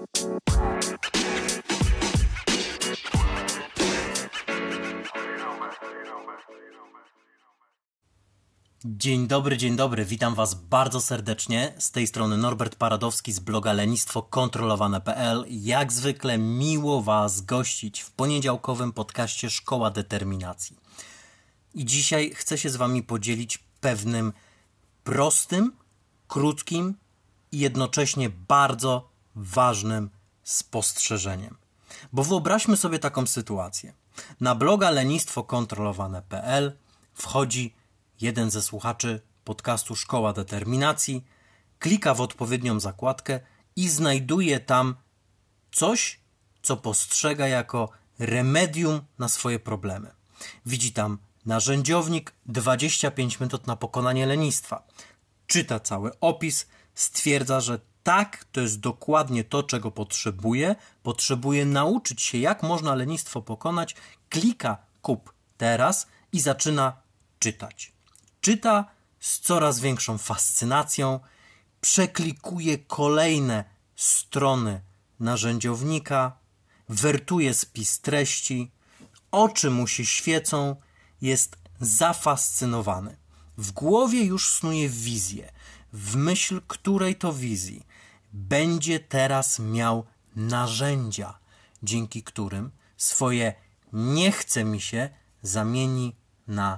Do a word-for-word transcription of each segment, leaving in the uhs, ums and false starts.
Dzień dobry, dzień dobry, witam Was bardzo serdecznie. Z tej strony Norbert Paradowski z bloga lenistwo kontrolowane kropka p l. Jak zwykle miło Was gościć w poniedziałkowym podcaście Szkoła Determinacji. I dzisiaj chcę się z Wami podzielić pewnym prostym, krótkim i jednocześnie bardzo ważnym spostrzeżeniem. Bo wyobraźmy sobie taką sytuację. Na bloga lenistwo kontrolowane kropka p l wchodzi jeden ze słuchaczy podcastu Szkoła Determinacji, klika w odpowiednią zakładkę i znajduje tam coś, co postrzega jako remedium na swoje problemy. Widzi tam narzędziownik dwadzieścia pięć metod na pokonanie lenistwa. Czyta cały opis, stwierdza, że tak, to jest dokładnie to, czego potrzebuje. Potrzebuje nauczyć się, jak można lenistwo pokonać. Klika kup teraz i zaczyna czytać. Czyta z coraz większą fascynacją, przeklikuje kolejne strony narzędziownika, wertuje spis treści, oczy mu się świecą, jest zafascynowany. W głowie już snuje wizję, w myśl której to wizji będzie teraz miał narzędzia, dzięki którym swoje nie chce mi się zamieni na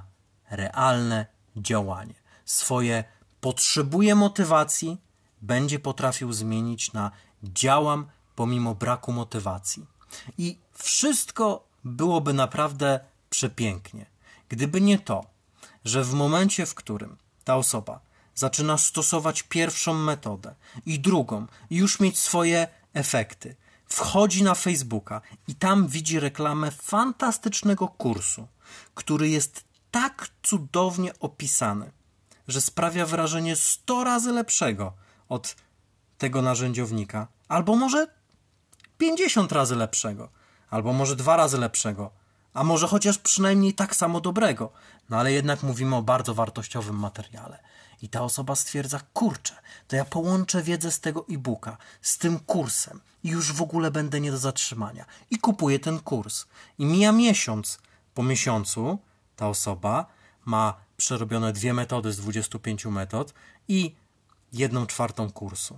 realne działanie. Swoje potrzebuje motywacji będzie potrafił zmienić na działam pomimo braku motywacji. I wszystko byłoby naprawdę przepięknie, gdyby nie to, że w momencie, w którym ta osoba zaczyna stosować pierwszą metodę i drugą i już mieć swoje efekty, wchodzi na Facebooka i tam widzi reklamę fantastycznego kursu, który jest tak cudownie opisany, że sprawia wrażenie sto razy lepszego od tego narzędziownika, albo może pięćdziesiąt razy lepszego, albo może dwa razy lepszego, a może chociaż przynajmniej tak samo dobrego. No ale jednak mówimy o bardzo wartościowym materiale. I ta osoba stwierdza, kurczę, to ja połączę wiedzę z tego e-booka z tym kursem i już w ogóle będę nie do zatrzymania. I kupuję ten kurs. I mija miesiąc. Po miesiącu ta osoba ma przerobione dwie metody z dwudziestu pięciu metod i jedną czwartą kursu.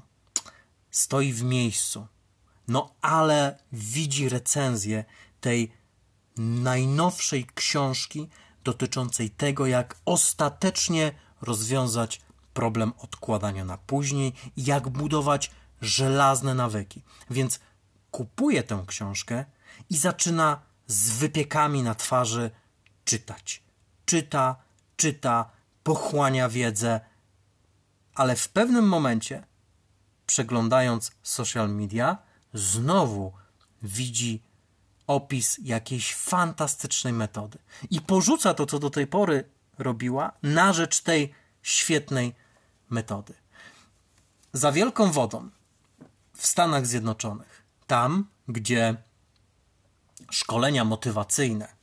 Stoi w miejscu. No ale widzi recenzję tej najnowszej książki dotyczącej tego, jak ostatecznie rozwiązać problem odkładania na później i jak budować żelazne nawyki. Więc kupuje tę książkę i zaczyna z wypiekami na twarzy czytać. Czyta, czyta, pochłania wiedzę, ale w pewnym momencie, przeglądając social media, znowu widzi opis jakiejś fantastycznej metody i porzuca to, co do tej pory robiła, na rzecz tej świetnej metody. Za wielką wodą w Stanach Zjednoczonych, tam, gdzie szkolenia motywacyjne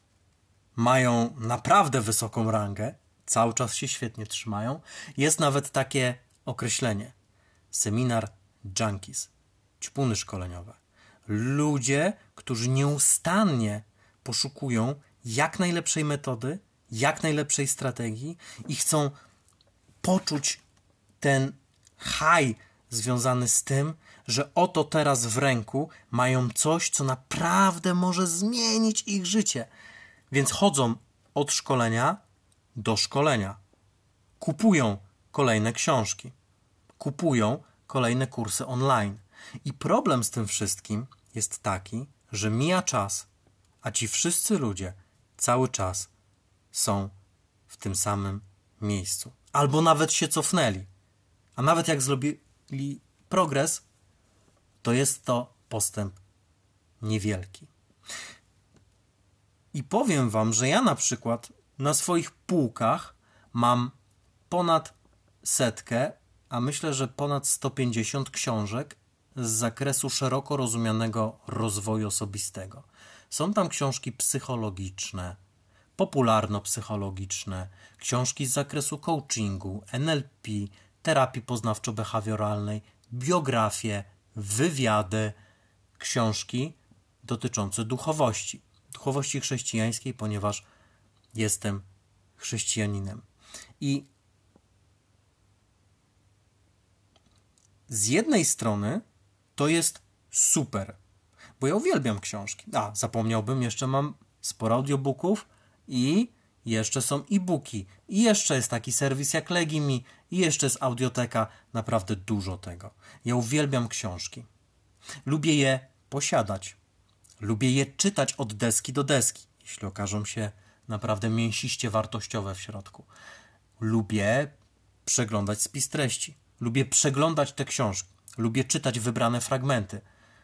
mają naprawdę wysoką rangę, cały czas się świetnie trzymają, jest nawet takie określenie. Seminar junkies, ćpuny szkoleniowe. Ludzie, którzy nieustannie poszukują jak najlepszej metody, jak najlepszej strategii i chcą poczuć ten high związany z tym, że oto teraz w ręku mają coś, co naprawdę może zmienić ich życie. Więc chodzą od szkolenia do szkolenia. Kupują kolejne książki. Kupują kolejne kursy online. I problem z tym wszystkim jest taki, że mija czas, a ci wszyscy ludzie cały czas są w tym samym miejscu. Albo nawet się cofnęli. A nawet jak zrobili progres, to jest to postęp niewielki. I powiem wam, że ja na przykład na swoich półkach mam ponad setkę, a myślę, że ponad sto pięćdziesiąt książek z zakresu szeroko rozumianego rozwoju osobistego. Są tam książki psychologiczne, popularno-psychologiczne, książki z zakresu coachingu, N L P, terapii poznawczo-behawioralnej, biografie, wywiady, książki dotyczące duchowości. Duchowości chrześcijańskiej, ponieważ jestem chrześcijaninem. I z jednej strony to jest super, bo ja uwielbiam książki. A, zapomniałbym, jeszcze mam sporo audiobooków i jeszcze są e-booki. I jeszcze jest taki serwis jak Legimi. I jeszcze jest audioteka. Naprawdę dużo tego. Ja uwielbiam książki. Lubię je posiadać. Lubię je czytać od deski do deski, jeśli okażą się naprawdę mięsiście wartościowe w środku. Lubię przeglądać spis treści. Lubię przeglądać te książki. Lubię czytać wybrane fragmenty.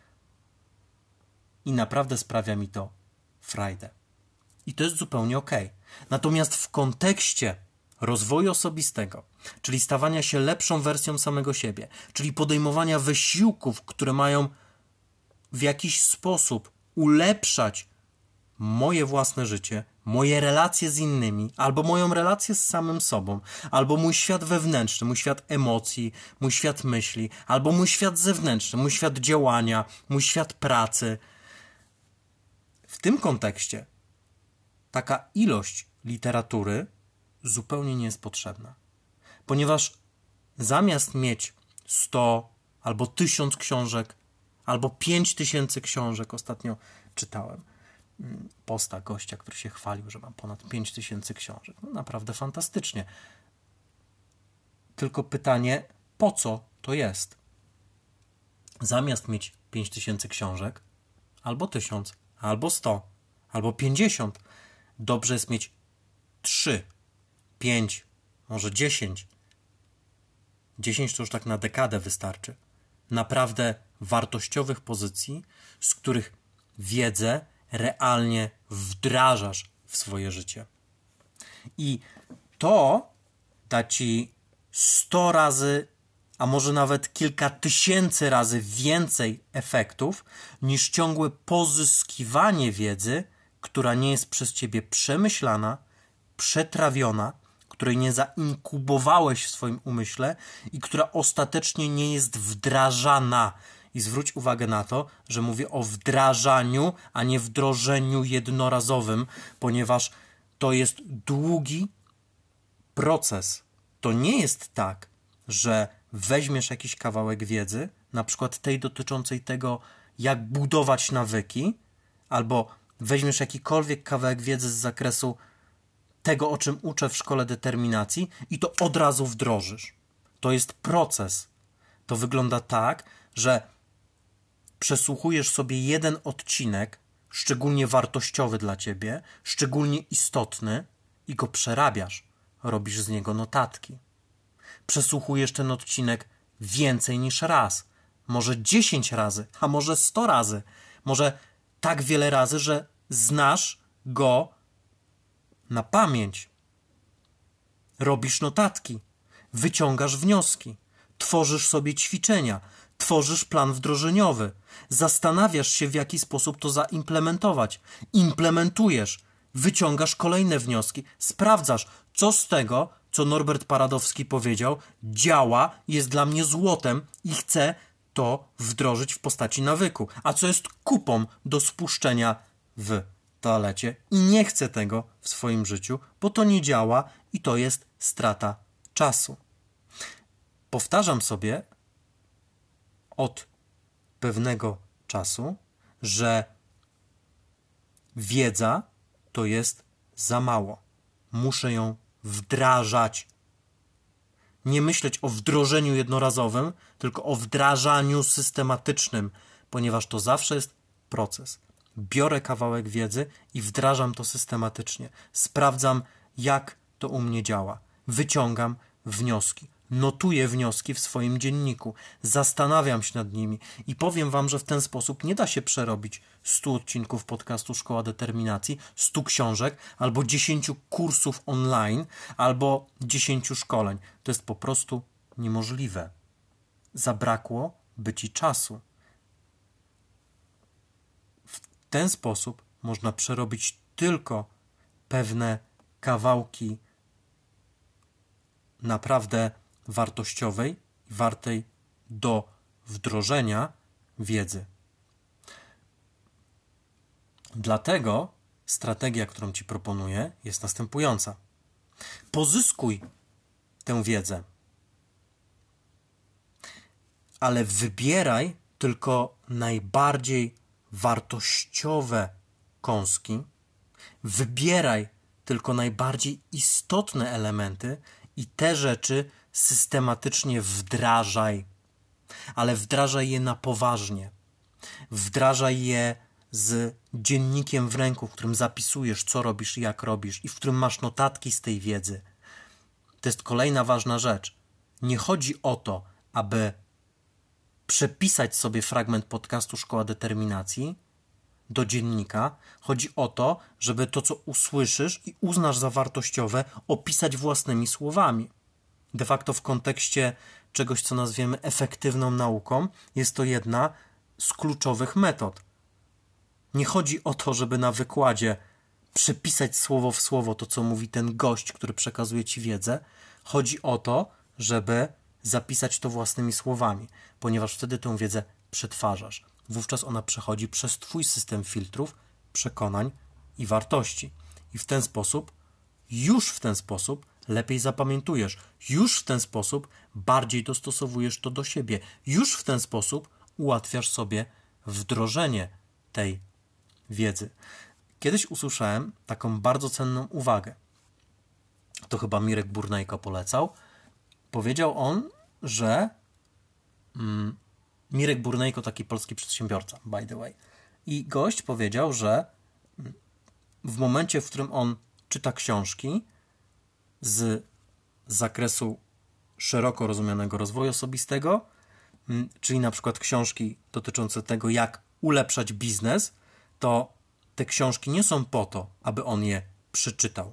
I naprawdę sprawia mi to frajdę. I to jest zupełnie okej. Natomiast w kontekście rozwoju osobistego, czyli stawania się lepszą wersją samego siebie, czyli podejmowania wysiłków, które mają w jakiś sposób ulepszać moje własne życie, moje relacje z innymi, albo moją relację z samym sobą, albo mój świat wewnętrzny, mój świat emocji, mój świat myśli, albo mój świat zewnętrzny, mój świat działania, mój świat pracy. W tym kontekście taka ilość literatury zupełnie nie jest potrzebna. Ponieważ zamiast mieć sto albo tysiąc książek, albo pięć tysięcy książek, ostatnio czytałem posta gościa, który się chwalił, że mam ponad pięć tysięcy książek. No naprawdę fantastycznie. Tylko pytanie, po co to jest? Zamiast mieć pięć tysięcy książek, albo tysiąc, albo sto, albo pięćdziesiąt, dobrze jest mieć trzy, pięć, może dziesięć. dziesięć to już tak na dekadę wystarczy. Naprawdę wartościowych pozycji, z których wiedzę realnie wdrażasz w swoje życie. I to da ci sto razy, a może nawet kilka tysięcy razy więcej efektów niż ciągłe pozyskiwanie wiedzy, która nie jest przez ciebie przemyślana, przetrawiona, której nie zainkubowałeś w swoim umyśle i która ostatecznie nie jest wdrażana. I zwróć uwagę na to, że mówię o wdrażaniu, a nie wdrożeniu jednorazowym, ponieważ to jest długi proces. To nie jest tak, że weźmiesz jakiś kawałek wiedzy, na przykład tej dotyczącej tego, jak budować nawyki, albo weźmiesz jakikolwiek kawałek wiedzy z zakresu tego, o czym uczę w szkole determinacji i to od razu wdrożysz. To jest proces. To wygląda tak, że przesłuchujesz sobie jeden odcinek, szczególnie wartościowy dla ciebie, szczególnie istotny i go przerabiasz. Robisz z niego notatki. Przesłuchujesz ten odcinek więcej niż raz. Może dziesięć razy, a może sto razy. Może tak wiele razy, że znasz go na pamięć. Robisz notatki, wyciągasz wnioski, tworzysz sobie ćwiczenia, tworzysz plan wdrożeniowy, zastanawiasz się, w jaki sposób to zaimplementować, implementujesz, wyciągasz kolejne wnioski, sprawdzasz, co z tego, co Norbert Paradowski powiedział, działa, jest dla mnie złotem i chcę to wdrożyć w postaci nawyku, a co jest kupą do spuszczenia w toalecie i nie chcę tego w swoim życiu, bo to nie działa i to jest strata czasu. Powtarzam sobie od pewnego czasu, że wiedza to jest za mało. Muszę ją wdrażać. Nie myśleć o wdrożeniu jednorazowym, tylko o wdrażaniu systematycznym, ponieważ to zawsze jest proces. Biorę kawałek wiedzy i wdrażam to systematycznie. Sprawdzam, jak to u mnie działa. Wyciągam wnioski. Notuję wnioski w swoim dzienniku. Zastanawiam się nad nimi i powiem wam, że w ten sposób nie da się przerobić stu odcinków podcastu Szkoła Determinacji, stu książek, albo dziesięciu kursów online, albo dziesięciu szkoleń. To jest po prostu niemożliwe. Zabrakło by ci czasu. W ten sposób można przerobić tylko pewne kawałki naprawdę wartościowej i wartej do wdrożenia, wiedzy. Dlatego strategia, którą Ci proponuję, jest następująca. Pozyskuj tę wiedzę, ale wybieraj tylko najbardziej wartościowe kąski, wybieraj tylko najbardziej istotne elementy i te rzeczy systematycznie wdrażaj, ale wdrażaj je na poważnie. Wdrażaj je z dziennikiem w ręku, w którym zapisujesz, co robisz i jak robisz i w którym masz notatki z tej wiedzy. To jest kolejna ważna rzecz. Nie chodzi o to, aby przepisać sobie fragment podcastu Szkoła Determinacji do dziennika. Chodzi o to, żeby to, co usłyszysz i uznasz za wartościowe, opisać własnymi słowami. De facto w kontekście czegoś, co nazwiemy efektywną nauką, jest to jedna z kluczowych metod. Nie chodzi o to, żeby na wykładzie przepisać słowo w słowo to, co mówi ten gość, który przekazuje Ci wiedzę. Chodzi o to, żeby zapisać to własnymi słowami, ponieważ wtedy tę wiedzę przetwarzasz. Wówczas ona przechodzi przez Twój system filtrów, przekonań i wartości. I w ten sposób, już w ten sposób lepiej zapamiętujesz. Już w ten sposób bardziej dostosowujesz to do siebie. Już w ten sposób ułatwiasz sobie wdrożenie tej wiedzy. Kiedyś usłyszałem taką bardzo cenną uwagę. To chyba Mirek Burnejko polecał. Powiedział on, że mm, Mirek Burnejko, taki polski przedsiębiorca, by the way. I gość powiedział, że w momencie, w którym on czyta książki z zakresu szeroko rozumianego rozwoju osobistego, czyli na przykład książki dotyczące tego, jak ulepszać biznes, to te książki nie są po to, aby on je przeczytał.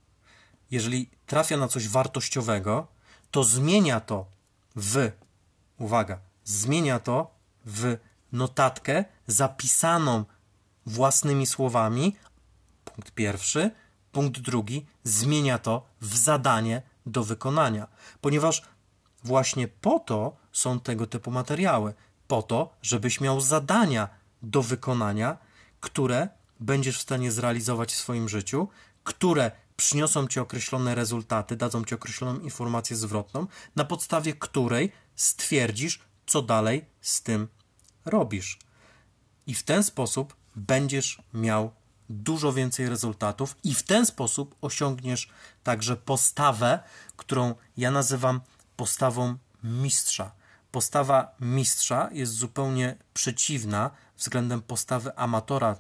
Jeżeli trafia na coś wartościowego, to zmienia to w, uwaga, zmienia to w notatkę zapisaną własnymi słowami, punkt pierwszy. Punkt drugi, zmienia to w zadanie do wykonania, ponieważ właśnie po to są tego typu materiały, po to, żebyś miał zadania do wykonania, które będziesz w stanie zrealizować w swoim życiu, które przyniosą Ci określone rezultaty, dadzą Ci określoną informację zwrotną, na podstawie której stwierdzisz, co dalej z tym robisz. I w ten sposób będziesz miał dużo więcej rezultatów i w ten sposób osiągniesz także postawę, którą ja nazywam postawą mistrza. Postawa mistrza jest zupełnie przeciwna względem postawy amatora,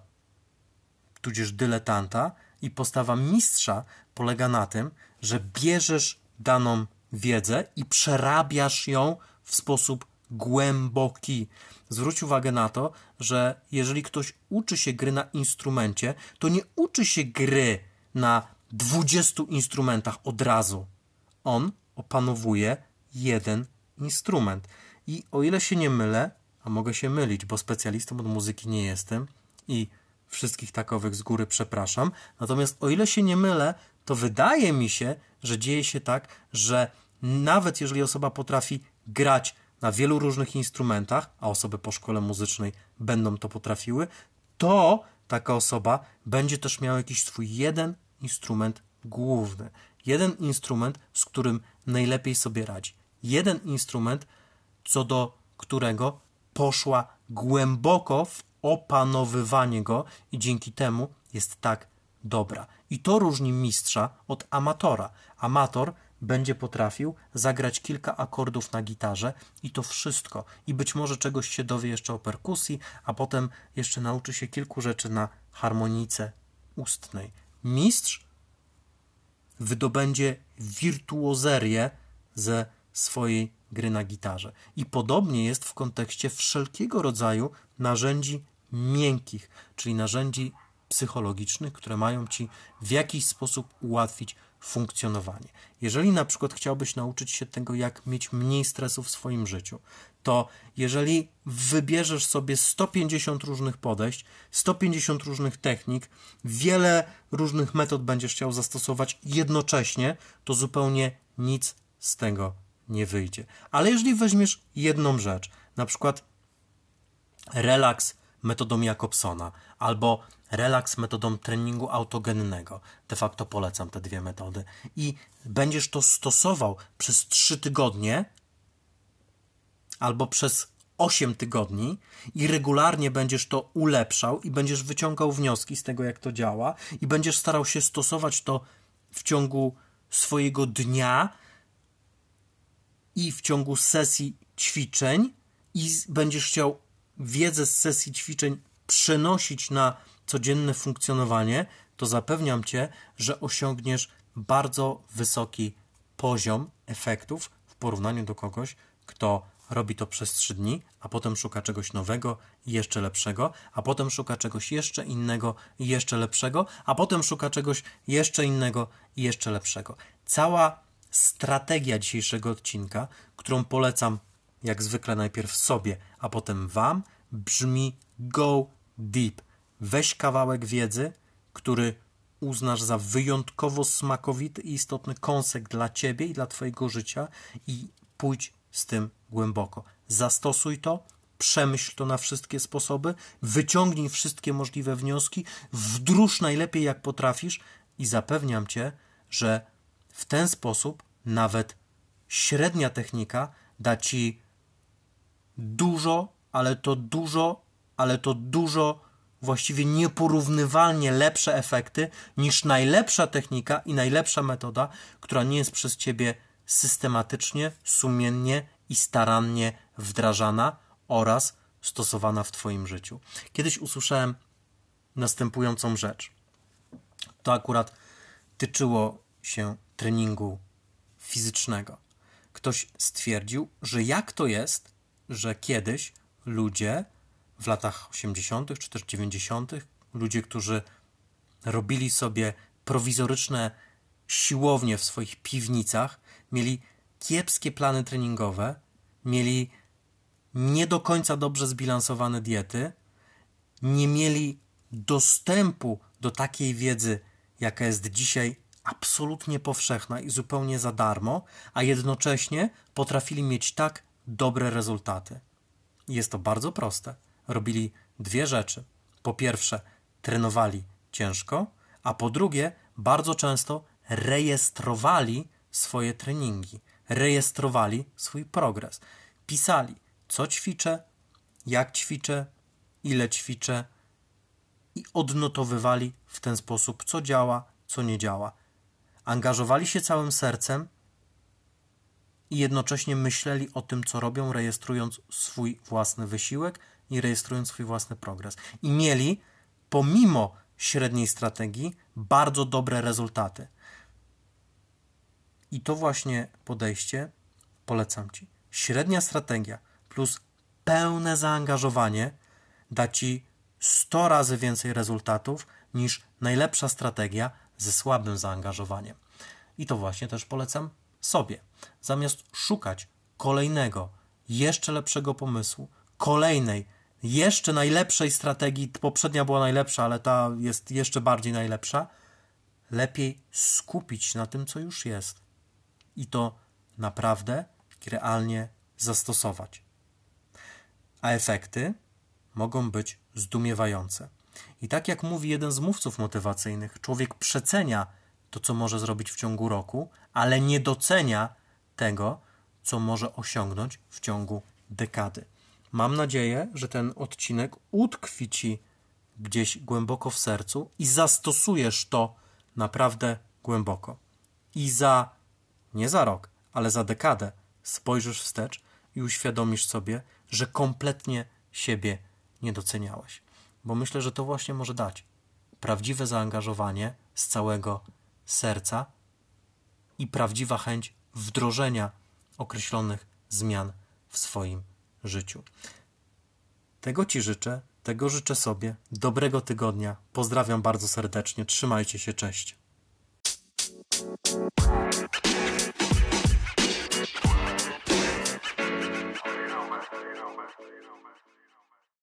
tudzież dyletanta, i postawa mistrza polega na tym, że bierzesz daną wiedzę i przerabiasz ją w sposób głęboki. Zwróć uwagę na to, że jeżeli ktoś uczy się gry na instrumencie, to nie uczy się gry na dwudziestu instrumentach od razu. On opanowuje jeden instrument. I o ile się nie mylę, a mogę się mylić, bo specjalistą od muzyki nie jestem i wszystkich takowych z góry przepraszam, natomiast o ile się nie mylę, to wydaje mi się, że dzieje się tak, że nawet jeżeli osoba potrafi grać na wielu różnych instrumentach, a osoby po szkole muzycznej będą to potrafiły, to taka osoba będzie też miała jakiś swój jeden instrument główny. Jeden instrument, z którym najlepiej sobie radzi. Jeden instrument, co do którego poszła głęboko w opanowywanie go i dzięki temu jest tak dobra. I to różni mistrza od amatora. Amator będzie potrafił zagrać kilka akordów na gitarze i to wszystko. I być może czegoś się dowie jeszcze o perkusji, a potem jeszcze nauczy się kilku rzeczy na harmonijce ustnej. Mistrz wydobędzie wirtuozerię ze swojej gry na gitarze. I podobnie jest w kontekście wszelkiego rodzaju narzędzi miękkich, czyli narzędzi psychologicznych, które mają Ci w jakiś sposób ułatwić funkcjonowanie. Jeżeli na przykład chciałbyś nauczyć się tego, jak mieć mniej stresu w swoim życiu, to jeżeli wybierzesz sobie sto pięćdziesiąt różnych podejść, sto pięćdziesiąt różnych technik, wiele różnych metod będziesz chciał zastosować jednocześnie, to zupełnie nic z tego nie wyjdzie. Ale jeżeli weźmiesz jedną rzecz, na przykład relaks metodą Jacobsona albo relaks metodą treningu autogennego. De facto polecam te dwie metody. I będziesz to stosował przez trzy tygodnie albo przez osiem tygodni i regularnie będziesz to ulepszał i będziesz wyciągał wnioski z tego, jak to działa i będziesz starał się stosować to w ciągu swojego dnia i w ciągu sesji ćwiczeń i będziesz chciał wiedzę z sesji ćwiczeń przenosić na codzienne funkcjonowanie, to zapewniam Cię, że osiągniesz bardzo wysoki poziom efektów w porównaniu do kogoś, kto robi to przez trzy dni, a potem szuka czegoś nowego i jeszcze lepszego, a potem szuka czegoś jeszcze innego i jeszcze lepszego, a potem szuka czegoś jeszcze innego i jeszcze lepszego. Cała strategia dzisiejszego odcinka, którą polecam jak zwykle najpierw sobie, a potem Wam, brzmi go deep. Weź kawałek wiedzy, który uznasz za wyjątkowo smakowity i istotny kąsek dla Ciebie i dla Twojego życia i pójdź z tym głęboko. Zastosuj to, przemyśl to na wszystkie sposoby, wyciągnij wszystkie możliwe wnioski, wdróż najlepiej jak potrafisz i zapewniam Cię, że w ten sposób nawet średnia technika da Ci dużo, ale to dużo, ale to dużo, właściwie nieporównywalnie lepsze efekty niż najlepsza technika i najlepsza metoda, która nie jest przez Ciebie systematycznie, sumiennie i starannie wdrażana oraz stosowana w Twoim życiu. Kiedyś usłyszałem następującą rzecz. To akurat tyczyło się treningu fizycznego. Ktoś stwierdził, że jak to jest, że kiedyś ludzie w latach osiemdziesiątych czy też dziewięćdziesiątych, ludzie, którzy robili sobie prowizoryczne siłownie w swoich piwnicach, mieli kiepskie plany treningowe, mieli nie do końca dobrze zbilansowane diety, nie mieli dostępu do takiej wiedzy, jaka jest dzisiaj absolutnie powszechna i zupełnie za darmo, a jednocześnie potrafili mieć tak dobre rezultaty. Jest to bardzo proste. Robili dwie rzeczy. Po pierwsze, trenowali ciężko, a po drugie, bardzo często rejestrowali swoje treningi, rejestrowali swój progres. Pisali, co ćwiczę, jak ćwiczę, ile ćwiczę i odnotowywali w ten sposób, co działa, co nie działa. Angażowali się całym sercem i jednocześnie myśleli o tym, co robią, rejestrując swój własny wysiłek i rejestrując swój własny progres. I mieli, pomimo średniej strategii, bardzo dobre rezultaty. I to właśnie podejście polecam Ci. Średnia strategia plus pełne zaangażowanie da Ci sto razy więcej rezultatów niż najlepsza strategia ze słabym zaangażowaniem. I to właśnie też polecam sobie. Zamiast szukać kolejnego, jeszcze lepszego pomysłu, kolejnej, jeszcze najlepszej strategii, poprzednia była najlepsza, ale ta jest jeszcze bardziej najlepsza, lepiej skupić się na tym, co już jest. I to naprawdę realnie zastosować. A efekty mogą być zdumiewające. I tak jak mówi jeden z mówców motywacyjnych, człowiek przecenia to, co może zrobić w ciągu roku, ale nie docenia tego, co może osiągnąć w ciągu dekady. Mam nadzieję, że ten odcinek utkwi Ci gdzieś głęboko w sercu i zastosujesz to naprawdę głęboko. I za, nie za rok, ale za dekadę spojrzysz wstecz i uświadomisz sobie, że kompletnie siebie nie doceniałeś. Bo myślę, że to właśnie może dać prawdziwe zaangażowanie z całego serca i prawdziwa chęć wdrożenia określonych zmian w swoim życiu. Tego Ci życzę, tego życzę sobie. Dobrego tygodnia. Pozdrawiam bardzo serdecznie. Trzymajcie się. Cześć.